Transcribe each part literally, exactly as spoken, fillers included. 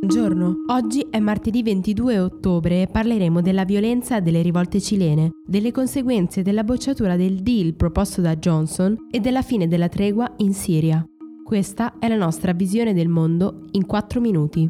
Buongiorno, oggi è martedì ventidue ottobre e parleremo della violenza delle rivolte cilene, delle conseguenze della bocciatura del deal proposto da Johnson e della fine della tregua in Siria. Questa è la nostra visione del mondo in quattro minuti.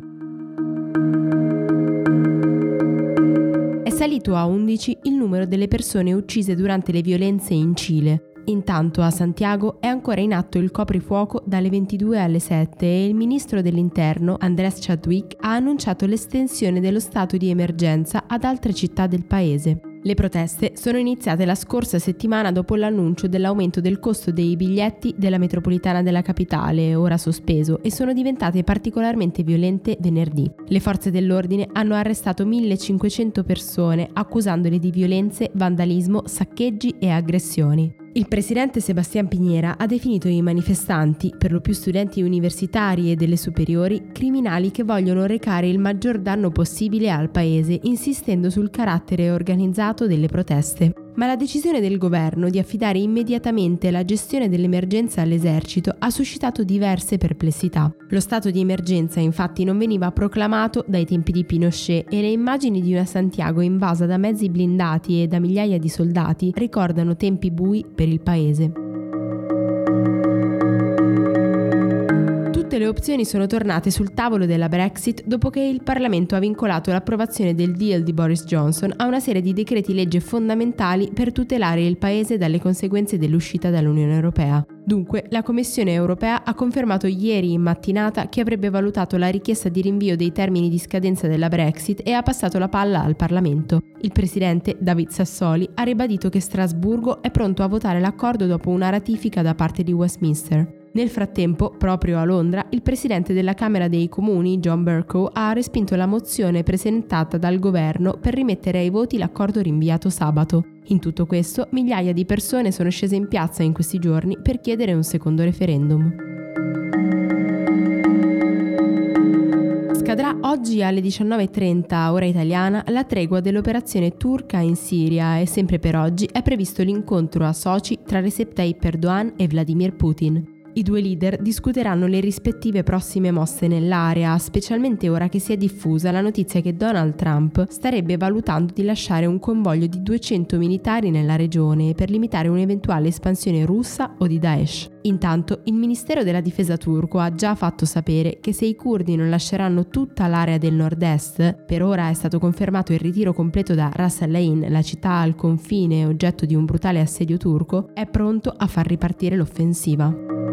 È salito a undici il numero delle persone uccise durante le violenze in Cile. Intanto a Santiago è ancora in atto il coprifuoco dalle ventidue alle sette e il ministro dell'Interno, Andrés Chadwick, ha annunciato l'estensione dello stato di emergenza ad altre città del paese. Le proteste sono iniziate la scorsa settimana dopo l'annuncio dell'aumento del costo dei biglietti della metropolitana della capitale, ora sospeso, e sono diventate particolarmente violente venerdì. Le forze dell'ordine hanno arrestato millecinquecento persone, accusandole di violenze, vandalismo, saccheggi e aggressioni. Il presidente Sebastián Piñera ha definito i manifestanti, per lo più studenti universitari e delle superiori, criminali che vogliono recare il maggior danno possibile al paese, insistendo sul carattere organizzato delle proteste. Ma la decisione del governo di affidare immediatamente la gestione dell'emergenza all'esercito ha suscitato diverse perplessità. Lo stato di emergenza infatti non veniva proclamato dai tempi di Pinochet e le immagini di una Santiago invasa da mezzi blindati e da migliaia di soldati ricordano tempi bui per il paese. Tutte le opzioni sono tornate sul tavolo della Brexit dopo che il Parlamento ha vincolato l'approvazione del deal di Boris Johnson a una serie di decreti legge fondamentali per tutelare il paese dalle conseguenze dell'uscita dall'Unione Europea. Dunque, la Commissione Europea ha confermato ieri in mattinata che avrebbe valutato la richiesta di rinvio dei termini di scadenza della Brexit e ha passato la palla al Parlamento. Il presidente, David Sassoli, ha ribadito che Strasburgo è pronto a votare l'accordo dopo una ratifica da parte di Westminster. Nel frattempo, proprio a Londra, il presidente della Camera dei Comuni, John Bercow, ha respinto la mozione presentata dal governo per rimettere ai voti l'accordo rinviato sabato. In tutto questo, migliaia di persone sono scese in piazza in questi giorni per chiedere un secondo referendum. Scadrà oggi alle diciannove e trenta ora italiana la tregua dell'operazione turca in Siria e sempre per oggi è previsto l'incontro a Sochi tra Recep Tayyip Erdogan e Vladimir Putin. I due leader discuteranno le rispettive prossime mosse nell'area, specialmente ora che si è diffusa la notizia che Donald Trump starebbe valutando di lasciare un convoglio di duecento militari nella regione per limitare un'eventuale espansione russa o di Daesh. Intanto, il Ministero della Difesa turco ha già fatto sapere che se i curdi non lasceranno tutta l'area del nord-est, per ora è stato confermato il ritiro completo da Ras al-Ain, la città al confine oggetto di un brutale assedio turco, è pronto a far ripartire l'offensiva.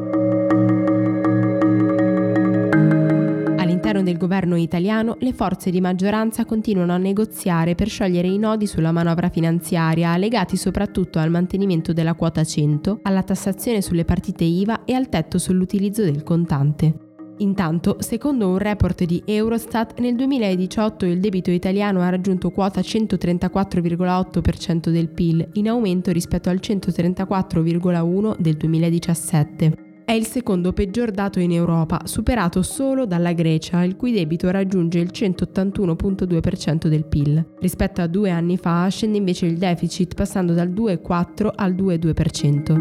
All'interno del governo italiano, le forze di maggioranza continuano a negoziare per sciogliere i nodi sulla manovra finanziaria, legati soprattutto al mantenimento della quota cento, alla tassazione sulle partite I V A e al tetto sull'utilizzo del contante. Intanto, secondo un report di Eurostat, nel duemiladiciotto il debito italiano ha raggiunto quota centotrentaquattro virgola otto per cento del P I L, in aumento rispetto al centotrentaquattro virgola uno per cento del duemiladiciassette. È il secondo peggior dato in Europa, superato solo dalla Grecia, il cui debito raggiunge il centottantuno virgola due per cento del P I L. Rispetto a due anni fa scende invece il deficit, passando dal due virgola quattro al due virgola due per cento.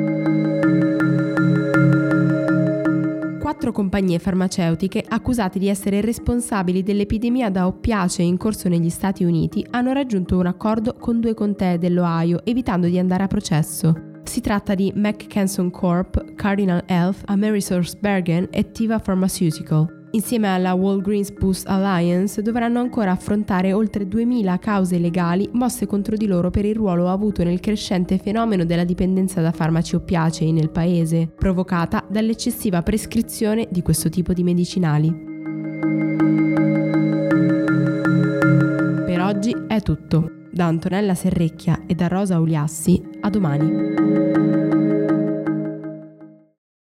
Quattro compagnie farmaceutiche accusate di essere responsabili dell'epidemia da oppiacei in corso negli Stati Uniti hanno raggiunto un accordo con due contee dell'Ohio, evitando di andare a processo. Si tratta di McKesson Corp, Cardinal Health, AmerisourceBergen e Teva Pharmaceutical. Insieme alla Walgreens Boots Alliance dovranno ancora affrontare oltre duemila cause legali mosse contro di loro per il ruolo avuto nel crescente fenomeno della dipendenza da farmaci oppiacei nel paese, provocata dall'eccessiva prescrizione di questo tipo di medicinali. Per oggi è tutto. Da Antonella Serrecchia e da Rosa Uliassi, a domani.